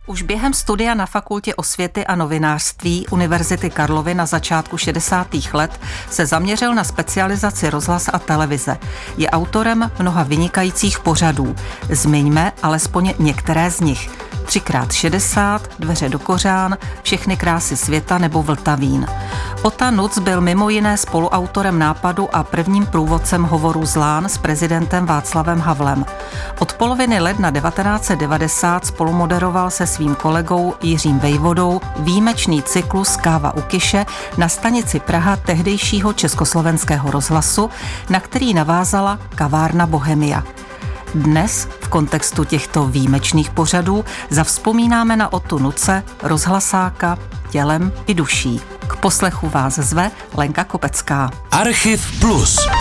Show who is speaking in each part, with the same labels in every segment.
Speaker 1: Už během studia na Fakultě osvěty a novinářství Univerzity Karlovy na začátku 60. let se zaměřil na specializaci rozhlas a televize. Je autorem mnoha vynikajících pořadů. Zmiňme alespoň některé z nich. 3x60, Dveře do kořán, Všechny krásy světa nebo Vltavín. Ota Nuc byl mimo jiné spoluautorem nápadu a prvním průvodcem hovoru z Lán s prezidentem Václavem Havlem. Od poloviny ledna 1990 spolumoderoval se svým kolegou Jiřím Vejvodou výjimečný cyklus Káva u Kiše na stanici Praha tehdejšího Československého rozhlasu, na který navázala kavárna Bohemia. Dnes v kontextu těchto výjimečných pořadů zavzpomínáme na Otu Nuce, rozhlasáka tělem i duší. K poslechu vás zve Lenka Kopecká.
Speaker 2: Archiv Plus.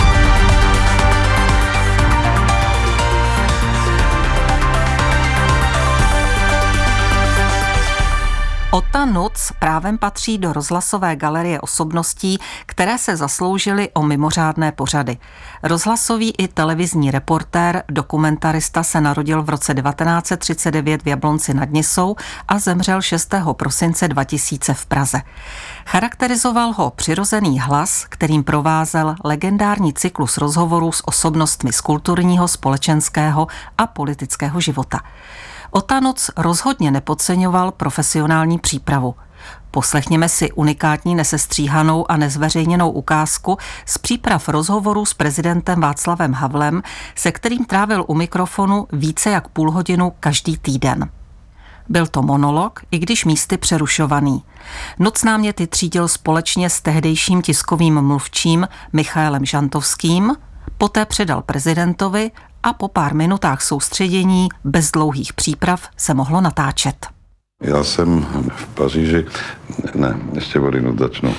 Speaker 1: Ota Nuc právem patří do rozhlasové galerie osobností, které se zasloužily o mimořádné pořady. Rozhlasový i televizní reportér, dokumentarista se narodil v roce 1939 v Jablonci nad Nisou a zemřel 6. prosince 2000 v Praze. Charakterizoval ho přirozený hlas, kterým provázel legendární cyklus rozhovorů s osobnostmi z kulturního, společenského a politického života. Ota Nuc rozhodně nepodceňoval profesionální přípravu. Poslechněme si unikátní nesestříhanou a nezveřejněnou ukázku z příprav rozhovoru s prezidentem Václavem Havlem, se kterým trávil u mikrofonu více jak půl hodinu každý týden. Byl to monolog, i když místy přerušovaný. Nuc náměty třídil společně s tehdejším tiskovým mluvčím Michaelem Žantovským, poté předal prezidentovi a po pár minutách soustředění bez dlouhých příprav se mohlo natáčet.
Speaker 3: Já jsem v Paříži, ještě odinut začnu.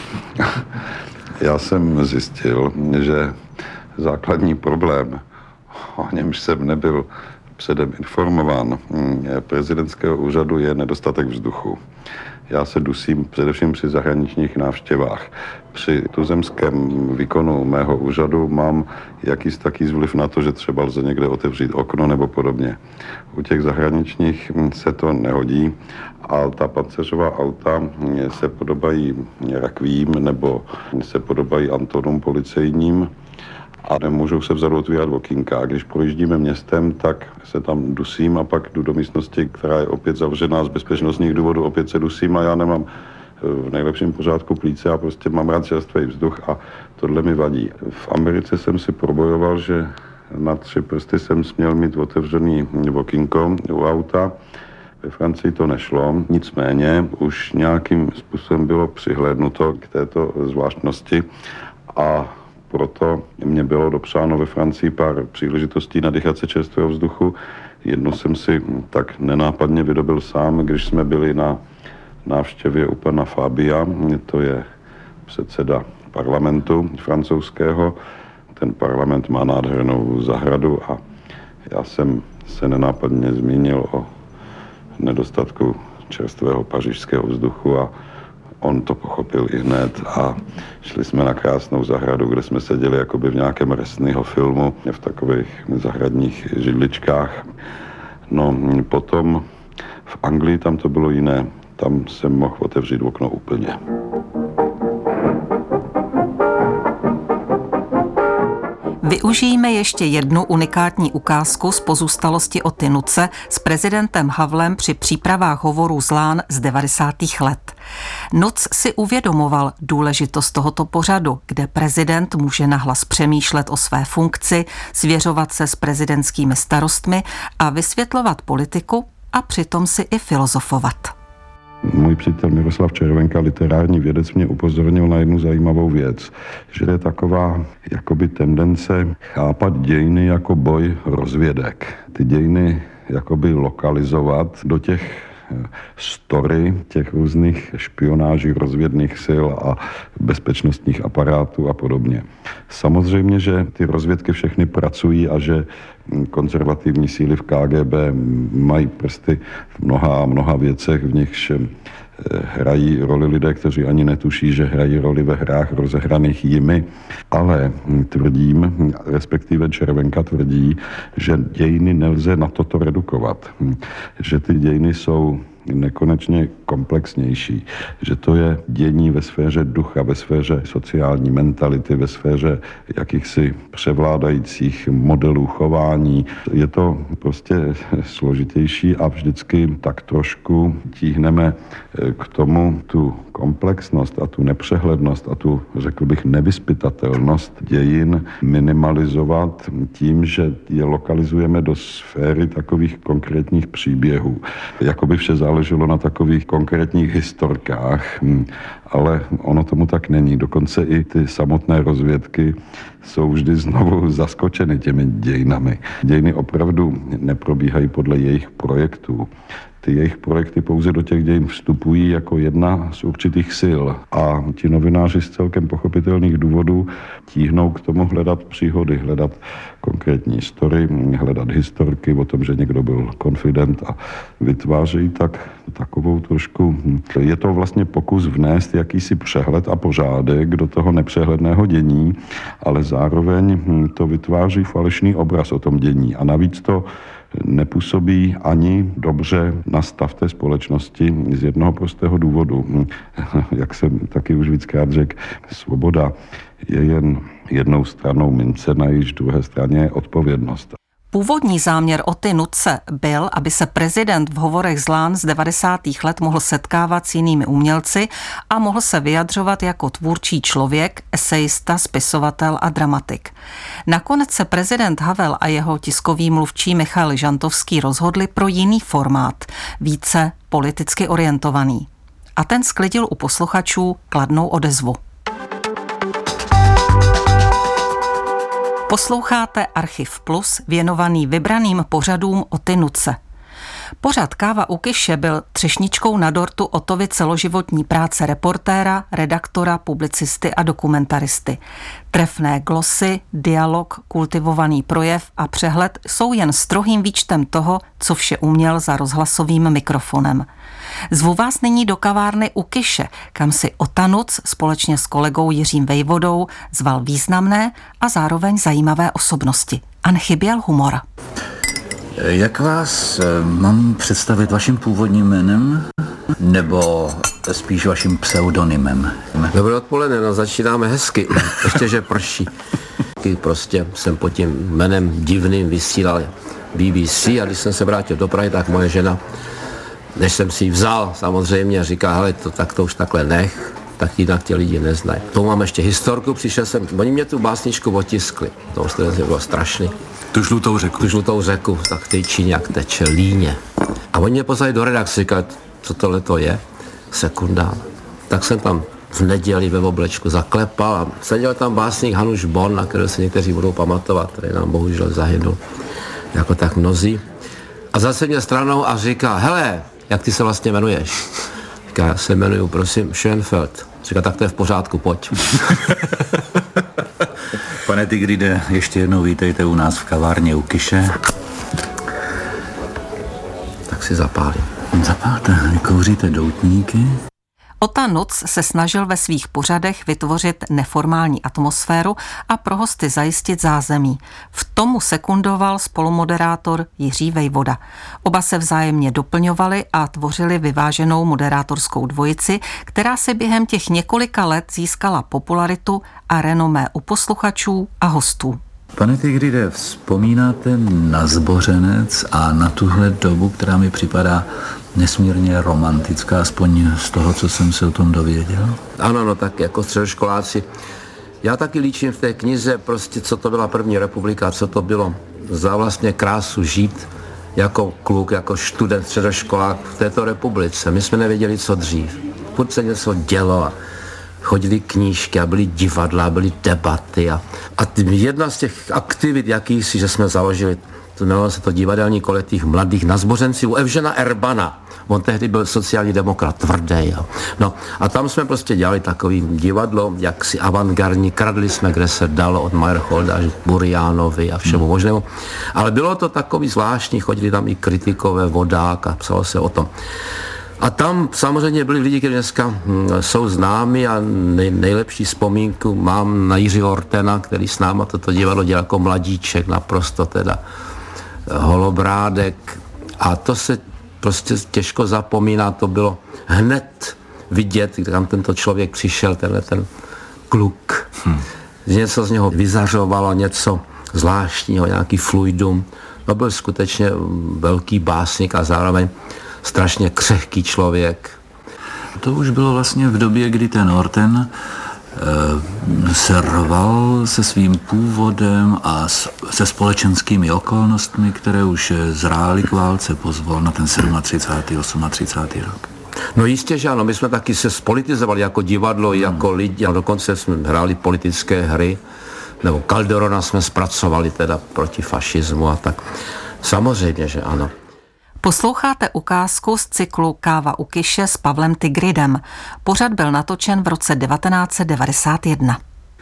Speaker 3: Já jsem zjistil, že základní problém, o němž jsem nebyl předem informován, prezidentského úřadu je nedostatek vzduchu. Já se dusím především při zahraničních návštěvách. Při tuzemském výkonu mého úřadu mám jakýsi taký vliv na to, že třeba lze někde otevřít okno nebo podobně. U těch zahraničních se to nehodí a ta pancéřová auta se podobají rakvím nebo se podobají Antonům policejním a nemůžou se vzadu otvírat okýnka. A když projíždíme městem, tak se tam dusím a pak jdu do místnosti, která je opět zavřená z bezpečnostních důvodů, opět se dusím a já nemám v nejlepším pořádku plíce a prostě mám rád čerstvý vzduch a tohle mi vadí. V Americe jsem si probojoval, že na 3 prsty jsem směl mít otevřený okýnko u auta. Ve Francii to nešlo, nicméně už nějakým způsobem bylo přihlédnuto k této zvláštnosti a proto mě bylo dopřáno ve Francii pár příležitostí nadýchat se čerstvého vzduchu. Jednu jsem si tak nenápadně vydobil sám, když jsme byli na návštěvě u pana Fabia, to je předseda parlamentu francouzského. Ten parlament má nádhernou zahradu a já jsem se nenápadně zmínil o nedostatku čerstvého pařížského vzduchu a on to pochopil i hned a šli jsme na krásnou zahradu, kde jsme seděli jakoby v nějakém Resnýho filmu, v takových zahradních židličkách. No potom v Anglii tam to bylo jiné, tam jsem mohl otevřít okno úplně.
Speaker 1: Využijeme ještě jednu unikátní ukázku z pozůstalosti Oty Nuce s prezidentem Havlem při přípravách hovorů z Lán z 90. let. Nuc si uvědomoval důležitost tohoto pořadu, kde prezident může nahlas přemýšlet o své funkci, svěřovat se s prezidentskými starostmi a vysvětlovat politiku a přitom si i filozofovat.
Speaker 3: Můj přítel Miroslav Červenka, literární vědec, mě upozornil na jednu zajímavou věc, že je taková jakoby tendence chápat dějiny jako boj rozvědek. Ty dějiny jakoby lokalizovat do těch story, těch různých špionáží, rozvědných sil a bezpečnostních aparátů a podobně. Samozřejmě, že ty rozvědky všechny pracují a že konzervativní síly v KGB mají prsty v mnoha věcech, v nichž hrají roli lidé, kteří ani netuší, že hrají roli ve hrách rozehraných jimi. Ale tvrdím, respektive Červenka tvrdí, že dějiny nelze na toto redukovat. Že ty dějiny jsou nekonečně komplexnější, že to je dění ve sféře ducha, ve sféře sociální mentality, ve sféře jakýchsi převládajících modelů chování. Je to prostě složitější a vždycky tak trošku tíhneme k tomu tu komplexnost a tu nepřehlednost a tu, řekl bych, nevyzpytatelnost dějin minimalizovat tím, že je lokalizujeme do sféry takových konkrétních příběhů. Jakoby vše záleželo na takových konkrétních historkách, ale ono tomu tak není. Dokonce i ty samotné rozvědky jsou vždy znovu zaskočeny těmi dějinami. Dějiny opravdu neprobíhají podle jejich projektů. Ty jejich projekty pouze do těch dějin vstupují jako jedna z určitých sil a ti novináři z celkem pochopitelných důvodů tíhnou k tomu hledat příhody, hledat konkrétní story, hledat historky o tom, že někdo byl konfident a vytvářejí takovou trošku... Je to vlastně pokus vnést jakýsi přehled a pořádek do toho nepřehledného dění, ale zároveň to vytváří falešný obraz o tom dění a navíc to nepůsobí ani dobře na stav té společnosti z jednoho prostého důvodu. Jak jsem taky už víckrát řekl, svoboda je jen jednou stranou mince, na jejíž druhé straně je odpovědnost.
Speaker 1: Původní záměr Oty Nutse byl, aby se prezident v hovorech z Lán z 90. let mohl setkávat s jinými umělci a mohl se vyjadřovat jako tvůrčí člověk, esejista, spisovatel a dramatik. Nakonec se prezident Havel a jeho tiskový mluvčí Michail Žantovský rozhodli pro jiný formát, více politicky orientovaný. A ten sklidil u posluchačů kladnou odezvu. Posloucháte Archiv Plus věnovaný vybraným pořadům Oty Nutse. Pořad Káva u Kyše byl třešničkou na dortu Otovy celoživotní práce reportéra, redaktora, publicisty a dokumentaristy. Trefné glosy, dialog, kultivovaný projev a přehled jsou jen strohým výčtem toho, co vše uměl za rozhlasovým mikrofonem. Zvu vás nyní do kavárny u Kyše, kam si Ota Nuc společně s kolegou Jiřím Vejvodou zval významné a zároveň zajímavé osobnosti. A nechyběl humor.
Speaker 2: Jak vás mám představit vaším původním jménem, nebo spíš vaším pseudonymem?
Speaker 4: Dobré odpoledne, no začínáme hezky, ještě že prší. Prostě jsem pod tím jménem divným vysílal BBC a když jsem se vrátil do Prahy, tak moje žena, než jsem si ji vzal, samozřejmě říká, hele, to už takhle nech, tak jinak tě lidi neznají. To mám ještě historku, přišel jsem, oni mě tu básničku otiskli, to bylo strašný.
Speaker 2: Tu žlutou řeku, tak v té Číně jak teče líně. A oni mě poslali do redakce, říkali, co tohle to je? Sekundál. Tak jsem tam v neděli ve oblečku zaklepal a seděl tam básník Hanuš Bon, na kterého se někteří budou pamatovat, který nám bohužel zahynul, jako tak mnozí. A zase mě stranou a říká, hele, jak ty se vlastně jmenuješ? Říká, já se jmenuju, prosím, Schoenfeld. Říká, tak to je v pořádku, pojď.
Speaker 5: Pane Tigride, ještě jednou vítejte u nás v kavárně u Kyše.
Speaker 2: Tak si zapálím.
Speaker 5: Zapálte, kouříte doutníky?
Speaker 1: Ota Nuc se snažil ve svých pořadech vytvořit neformální atmosféru a pro hosty zajistit zázemí. V tomu sekundoval spolumoderátor Jiří Vejvoda. Oba se vzájemně doplňovali a tvořili vyváženou moderátorskou dvojici, která se během těch několika let získala popularitu a renomé u posluchačů a hostů.
Speaker 5: Pane Tigride, vzpomínáte na Zbořenec a na tuhle dobu, která mi připadá nesmírně romantická, aspoň z toho, co jsem se o tom dověděl?
Speaker 4: Ano, no tak jako středoškoláci. Já taky líčím v té knize prostě, co to byla první republika, co to bylo za vlastně krásu žít jako kluk, jako student, středoškolák v této republice. My jsme nevěděli, co dřív. Furt se něco dělo a chodili knížky a byly divadla, byly debaty a jedna z těch aktivit jakýsi, že jsme založili, to jmenovalo se to divadelní kolektiv mladých na Zbořenci u Evžena Erbana. On tehdy byl sociální demokrat, tvrdý. No a tam jsme prostě dělali takový divadlo, jaksi avantgardní, kradli jsme, kde se dalo od Meyerholda až k Burianovi a všemu možnému. Ale bylo to takový zvláštní, chodili tam i kritikové, Vodák a psalo se o tom. A tam samozřejmě byli lidi, kteří dneska jsou známi a nejlepší vzpomínku mám na Jiřího Ortena, který s náma toto divadlo dělal jako mladíček, naprosto teda holobrádek. A to se
Speaker 2: prostě těžko zapomínat, to bylo hned vidět, kam tento člověk přišel, ten kluk. Něco z něho vyzařovalo, něco zvláštního, nějaký fluidum. To byl skutečně velký básník a zároveň strašně křehký člověk.
Speaker 5: To už bylo vlastně v době, kdy ten Orten se rval se svým původem a se společenskými okolnostmi, které už zrály k válce, pozval na ten 37. 38. rok.
Speaker 2: No jistě, že ano, my jsme taky se spolitizovali jako divadlo, jako lidi, a dokonce jsme hráli politické hry, nebo Calderona jsme zpracovali teda proti fašismu a tak. Samozřejmě, že ano.
Speaker 1: Posloucháte ukázku z cyklu Káva u Kiše s Pavlem Tigridem. Pořad byl natočen v roce 1991.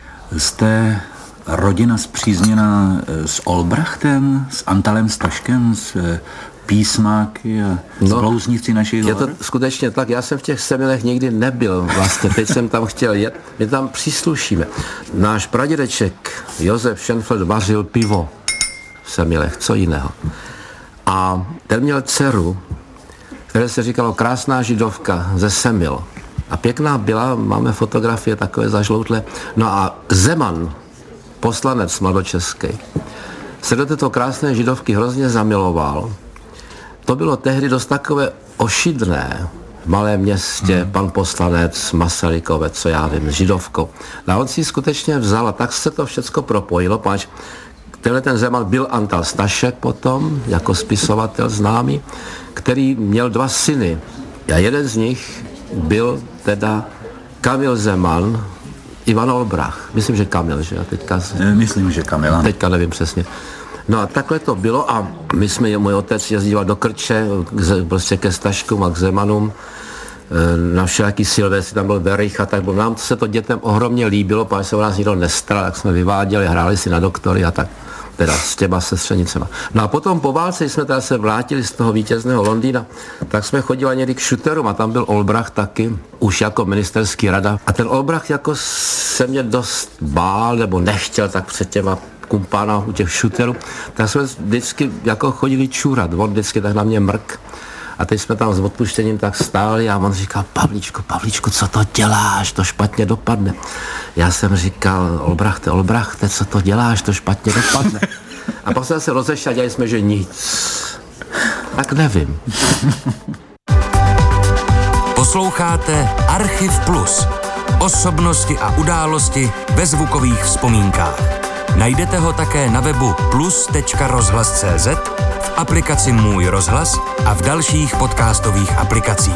Speaker 5: Jste rodina spřízněná s Olbrachtem, s Antalem Staškem, s písmáky a s blouznivci našich hor?
Speaker 2: Je to skutečně tak. Já jsem v těch Semilech nikdy nebyl vlastně. Teď jsem tam chtěl jet. My tam příslušíme. Náš pradědeček Josef Schenfeld vařil pivo v Semilech. Co jiného? A ten měl dceru, které se říkalo Krásná židovka ze Semil. A pěkná byla, máme fotografie takové zažloutlé. No a Zeman, poslanec mladočeský, se do této krásné židovky hrozně zamiloval. To bylo tehdy dost takové ošidné. V malém městě pan poslanec Masarykovec, co já vím, s židovkou. A on si ji skutečně vzal a tak se to všecko propojilo, páč tenhle ten Zeman byl Antal Stašek potom, jako spisovatel známý, který měl 2 syny. A jeden z nich byl teda Kamil Zeman, Ivan Olbrach. Myslím, že Kamil, že?
Speaker 5: Myslím, že Kamil.
Speaker 2: Teďka nevím přesně. No a takhle to bylo a můj otec jezdíval do Krče, prostě ke Staškům a k Zemanům, na všelaký Silvestry, tam byl Verich a tak bylo. Nám se to dětem ohromně líbilo, protože se o nás nikdo nestaral, tak jsme vyváděli, hráli si na doktory a tak, teda s těma sestřenicema. No a potom po válce jsme teda se vrátili z toho vítězného Londýna, tak jsme chodili někdy k šuterům a tam byl Olbrach taky, už jako ministerský rada. A ten Olbrach jako se mě dost bál, nebo nechtěl tak před těma kumpána u těch šuterů, tak jsme vždycky jako chodili čůrat, on vždycky tak na mě mrk. A teď jsme tam s odpuštěním tak stáli a on říkal, Pavlíčku, co to děláš, to špatně dopadne. Já jsem říkal, Olbrachte, co to děláš, to špatně dopadne. A pak jsme se rozešli a dělali jsme, že nic. Tak nevím.
Speaker 6: Posloucháte Archiv Plus. Osobnosti a události ve zvukových vzpomínkách. Najdete ho také na webu plus.rozhlas.cz, v aplikaci Můj rozhlas a v dalších podcastových aplikacích.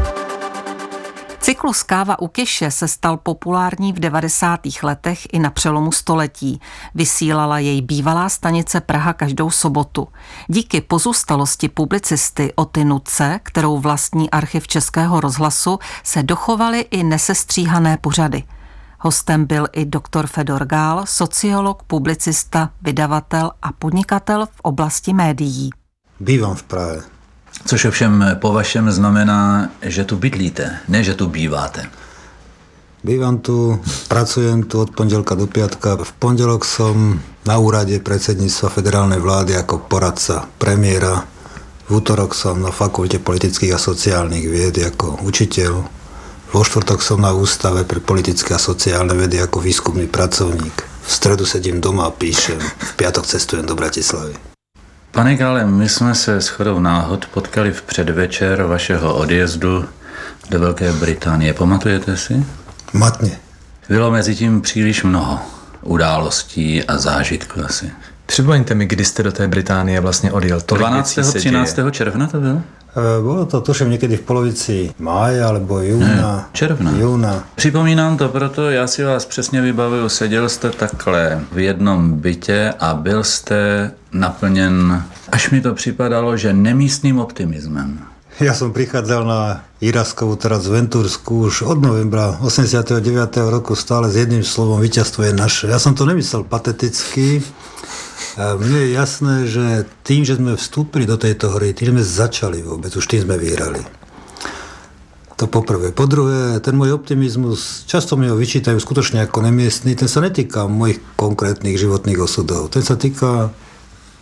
Speaker 1: Cyklus Káva u Kiše se stal populární v 90. letech i na přelomu století. Vysílala jej bývalá stanice Praha každou sobotu. Díky pozůstalosti publicisty Oty Nuce, kterou vlastní archiv Českého rozhlasu, se dochovaly i nesestříhané pořady. Hostem byl i doktor Fedor Gál, sociolog, publicista, vydavatel a podnikatel v oblasti médií.
Speaker 7: Bývám v Prahe.
Speaker 5: Což ovšem po vašem znamená, že tu bydlíte, ne že tu býváte.
Speaker 7: Bývam tu, pracujem tu od pondelka do piatka. V pondelok som na úrade predsedníctva federálnej vlády ako poradca premiéra. V útorok som na fakulte politických a sociálnych vied ako učiteľ. Vo štvrtok som na ústave pre politické a sociálne vedy ako výskumný pracovník. V stredu sedím doma a píšem. V piatok cestujem do Bratislavy.
Speaker 5: Pane Gále, my jsme se shodou náhod potkali v předvečer vašeho odjezdu do Velké Británie. Pamatujete si?
Speaker 7: Matně.
Speaker 5: Bylo mezi tím příliš mnoho událostí a zážitků asi.
Speaker 8: Připomeňte mi, kdy jste do té Británie vlastně odjel.
Speaker 5: 12. 13. června to bylo?
Speaker 7: Bolo to tuším někdy v polovici máje alebo júna.
Speaker 5: Června.
Speaker 7: Júna.
Speaker 5: Připomínám to proto, já si vás přesně vybavuju, seděl jste takhle v jednom bytě a byl jste naplněn, až mi to připadalo, že nemístným optimismem.
Speaker 7: Ja som prichádzal na Iraskovu, teraz Ventursku už od novembra 89. roku stále s jedným slovom víťazstvo je naše. Ja som to nemyslel pateticky. Mne je jasné, že tým, že sme vstúpili do tejto hry, tým, že sme začali vôbec, už tým sme vyhrali. To poprvé. Po druhé, ten môj optimizmus, často mi ho vyčítajú skutočne ako nemiestný, ten sa netýka mojich konkrétnych životných osudov. Ten sa týka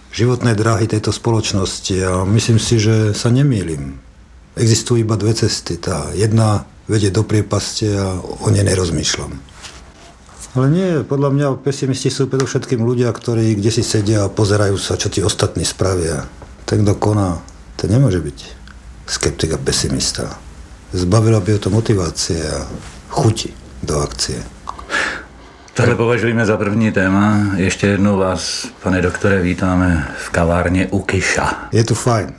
Speaker 7: životné dráhy tejto spoločnosti a myslím si, že sa nemýlim. Existujú iba dve cesty. Tá jedna vedie do priepasti a o nej nerozmýšľam. Ale nie, podľa mňa pesimisti sú predovšetkým ľudia, ktorí kdesi sedia a pozerajú sa, čo tí ostatní spravia. Ten, kto koná, ten nemôže byť skeptik a pesimista. Zbavila by ho to motivácie a chuti do akcie.
Speaker 5: Tohle považujeme za první téma. Ještě jednou vás, pane doktore, vítáme v kavárně u Kiša.
Speaker 7: Je to fajn.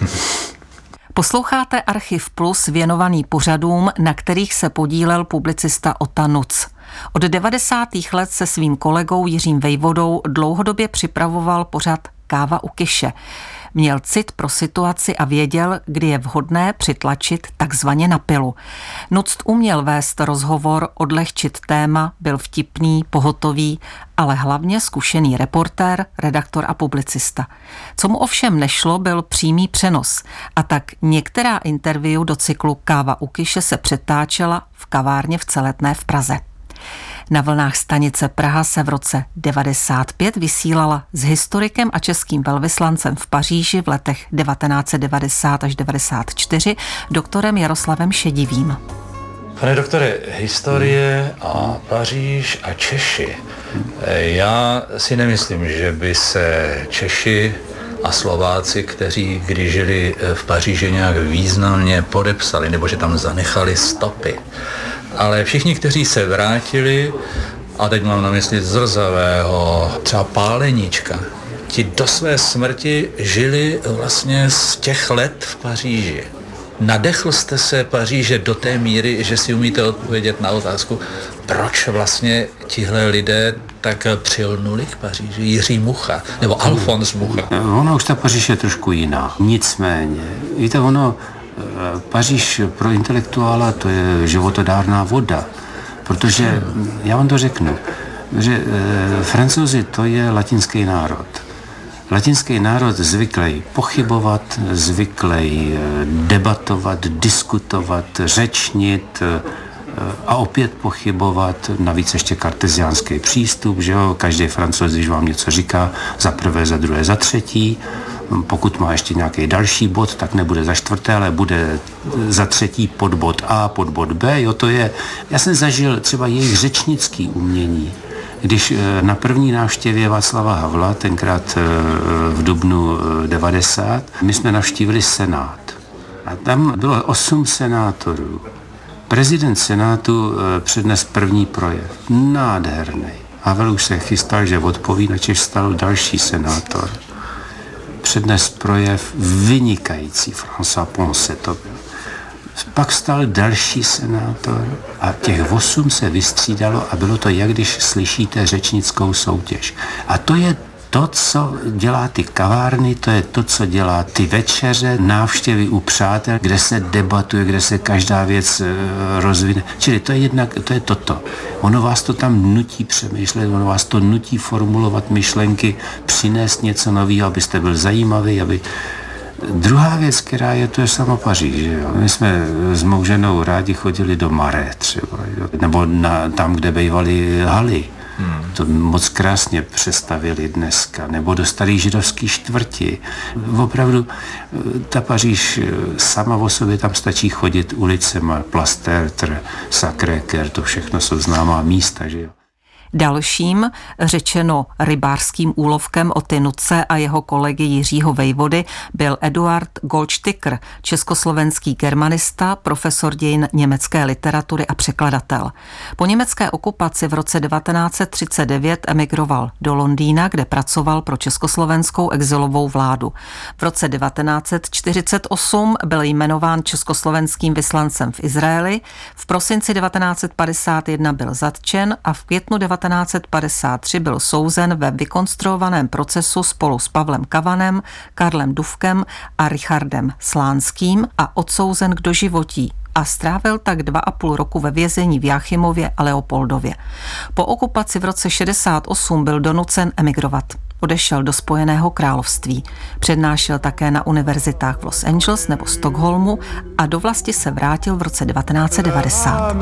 Speaker 1: Posloucháte Archiv Plus věnovaný pořadům, na kterých se podílel publicista Ota Nuc. Od 90. let se svým kolegou Jiřím Vejvodou dlouhodobě připravoval pořad Káva u Kiše. Měl cit pro situaci a věděl, kdy je vhodné přitlačit takzvaně na pilu. Nuc uměl vést rozhovor, odlehčit téma, byl vtipný, pohotový, ale hlavně zkušený reportér, redaktor a publicista. Co mu ovšem nešlo, byl přímý přenos a tak některá interview do cyklu Káva u Kiše se přetáčela v kavárně v Celetné v Praze. Na vlnách stanice Praha se v roce 1995 vysílala s historikem a českým velvyslancem v Paříži v letech 1990 až 1994 doktorem Jaroslavem Šedivým.
Speaker 5: Pane doktore, historie a Paříž a Češi. Já si nemyslím, že by se Češi a Slováci, kteří když žili v Paříži nějak významně podepsali, nebo že tam zanechali stopy. Ale všichni, kteří se vrátili, a teď mám na mysli Zrzavého, třeba Páleníčka, ti do své smrti žili vlastně z těch let v Paříži. Nadechl jste se Paříže do té míry, že si umíte odpovědět na otázku, proč vlastně tihle lidé tak přilnuli k Paříži? Jiří Mucha, nebo Alfons Mucha.
Speaker 9: Ono už ta Paříž je trošku jiná. Nicméně, víte, Paříž pro intelektuála to je životodárná voda, protože, já vám to řeknu, že Francouzi to je latinský národ. Latinský národ zvyklý pochybovat, zvyklý debatovat, diskutovat, řečnit a opět pochybovat, navíc ještě karteziánský přístup, že jo, každý Francouz, když vám něco říká, za prvé, za druhé, za třetí, pokud má ještě nějaký další bod, tak nebude za čtvrté, ale bude za třetí podbod A, podbod B, jo, to je, já jsem zažil třeba jejich řečnický umění, když na první návštěvě Václava Havla, tenkrát v dubnu 90, my jsme navštívili Senát. A tam bylo 8 senátorů. Prezident Senátu přednes první projev. Nádherný. Havel už se chystal, že odpoví, načež stal další senátor. Přednes projev vynikající. François Ponce to byl. Pak stal další senátor a těch 8 se vystřídalo a bylo to, jak když slyšíte řečnickou soutěž. A to je to, co dělá ty kavárny, to je to, co dělá ty večeře, návštěvy u přátel, kde se debatuje, kde se každá věc rozvine. Čili to je toto. Ono vás to tam nutí přemýšlet, ono vás to nutí formulovat myšlenky, přinést něco nového, abyste byl zajímavý, aby... Druhá věc, která je, to je sama Paříž. Jo. My jsme s mou ženou rádi chodili do Marais třeba, jo. Nebo tam, kde bývaly haly. To moc krásně přestavěli dneska. Nebo do staré židovské čtvrti. Opravdu ta Paříž sama o sobě, tam stačí chodit ulicema, Place Tertre, Sacré-Cœur, to všechno jsou známá místa, že jo.
Speaker 1: Dalším, řečeno rybářským úlovkem Oty Nuce a jeho kolegy Jiřího Vejvody, byl Eduard Goldsticker, československý germanista, profesor dějin německé literatury a překladatel. Po německé okupaci v roce 1939 emigroval do Londýna, kde pracoval pro československou exilovou vládu. V roce 1948 byl jmenován československým vyslancem v Izraeli, v prosinci 1951 byl zatčen a v květnu 1953 byl souzen ve vykonstruovaném procesu spolu s Pavlem Kavanem, Karlem Dufkem a Richardem Slánským a odsouzen k doživotí a strávil tak 2,5 roku ve vězení v Jáchymově a Leopoldově. Po okupaci v roce 68 byl donucen emigrovat. Odešel do Spojeného království. Přednášel také na univerzitách v Los Angeles nebo Stockholmu a do vlasti se vrátil v roce 1990.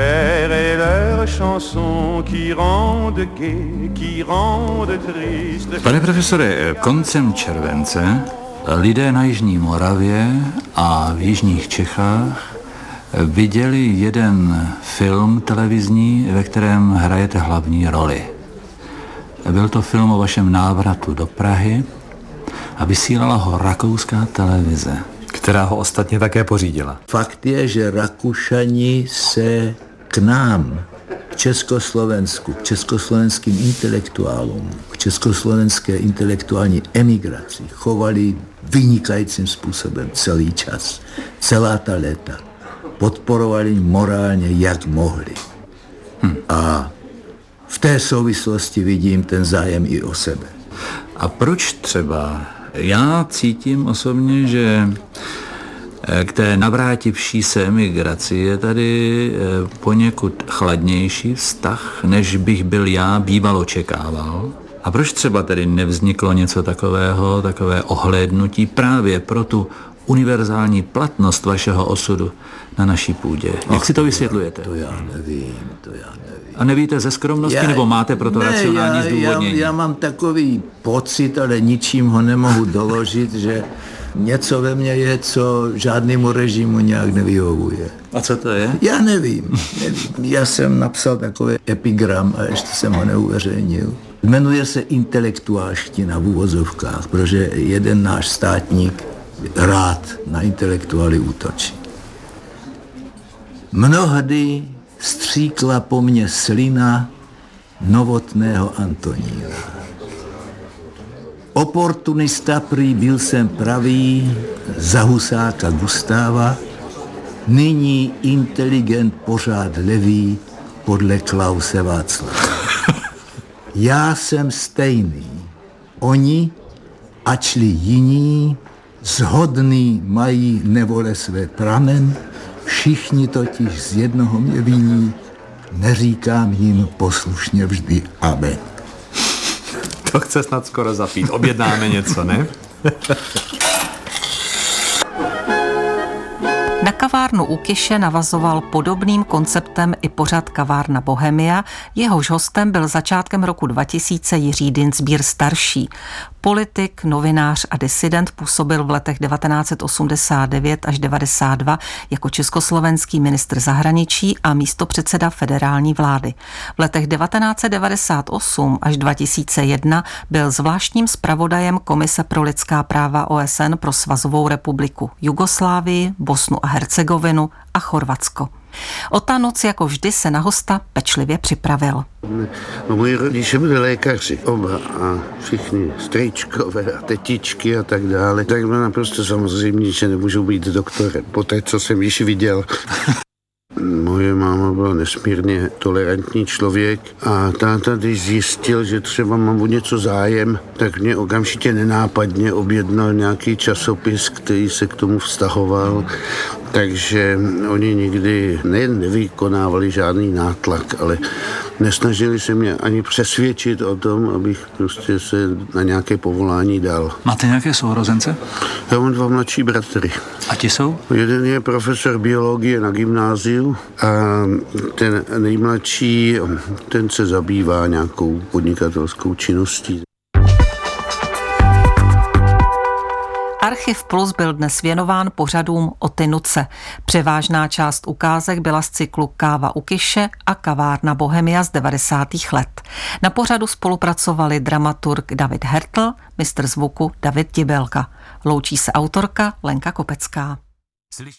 Speaker 5: Pane profesore, koncem července lidé na Jižní Moravě a v jižních Čechách viděli jeden film televizní, ve kterém hrajete hlavní roli. Byl to film o vašem návratu do Prahy a vysílala ho rakouská televize.
Speaker 8: Která ho ostatně také pořídila.
Speaker 4: Fakt je, že Rakušani se k nám, k Československu, k československým intelektuálům, k československé intelektuální emigraci chovali vynikajícím způsobem celý čas, celá ta léta. Podporovali morálně, jak mohli. A v té souvislosti vidím ten zájem i o sebe.
Speaker 5: A proč třeba? Já cítím osobně, že k té navrátivší se emigraci je tady poněkud chladnější vztah, než bych byl já býval očekával. A proč třeba tedy nevzniklo něco takového, takové ohlédnutí právě pro tu univerzální platnost vašeho osudu na naší půdě? Jak si to vysvětlujete?
Speaker 4: To já nevím.
Speaker 5: A nevíte ze skromnosti, nebo máte pro to racionální zdůvodnění?
Speaker 4: Já mám takový pocit, ale ničím ho nemohu doložit, že něco ve mně je, co žádnému režimu nějak nevyhovuje.
Speaker 5: A co to je?
Speaker 4: Já nevím. Já jsem napsal takový epigram a ještě jsem ho neuveřejnil. Jmenuje se intelektuálština v uvozovkách, protože jeden náš státník rád na intelektuály útočí. Mnohdy stříkla po mně slina Novotného Antonína. Oportunista prý byl jsem pravý za Husáka Gustáva, nyní inteligent pořád levý podle Klause Václava. Já jsem stejný, oni, ačli jiní, zhodný mají nevole své pramen, všichni totiž z jednoho mě viní, neříkám jim poslušně vždy amen.
Speaker 8: To chce snad skoro zapít. Objednáme něco, ne?
Speaker 1: Na kavárnu u Kiše navazoval podobným konceptem i pořad Kavárna Bohemia, jehož hostem byl začátkem roku 2000 Jiří Dienstbier starší. Politik, novinář a disident, působil v letech 1989 až 92 jako československý ministr zahraničí a místopředseda federální vlády. V letech 1998 až 2001 byl zvláštním zpravodajem Komise pro lidská práva OSN pro Svazovou republiku Jugoslávii, Bosnu a Hercegovinu a Chorvatsko. O ta noc jako vždy se na hosta pečlivě připravil.
Speaker 10: No, moji rodiče byli lékaři, oba, a všichni strejčkové a tetičky a tak dále. Tak bylo naprosto samozřejmě, že nemůžu být doktorem, po té, co jsem již viděl. Moje máma byla nesmírně tolerantní člověk a táta, když zjistil, že třeba mám o něco zájem, tak mě okamžitě nenápadně objednal nějaký časopis, který se k tomu vztahoval. Takže oni nikdy nejen nevykonávali žádný nátlak, ale nesnažili se mě ani přesvědčit o tom, abych prostě se na nějaké povolání dal.
Speaker 5: Máte nějaké sourozence?
Speaker 10: Já mám 2 mladší bratry.
Speaker 5: A ti jsou?
Speaker 10: Jeden je profesor biologie na gymnáziu a ten nejmladší, ten se zabývá nějakou podnikatelskou činností.
Speaker 1: Archiv Plus byl dnes věnován pořadům o ty nuce. Převážná část ukázek byla z cyklu Káva u Kiše a Kavárna Bohemia z 90. let. Na pořadu spolupracovali dramaturg David Hertl, mistr zvuku David Dibelka. Loučí se autorka Lenka Kopecká.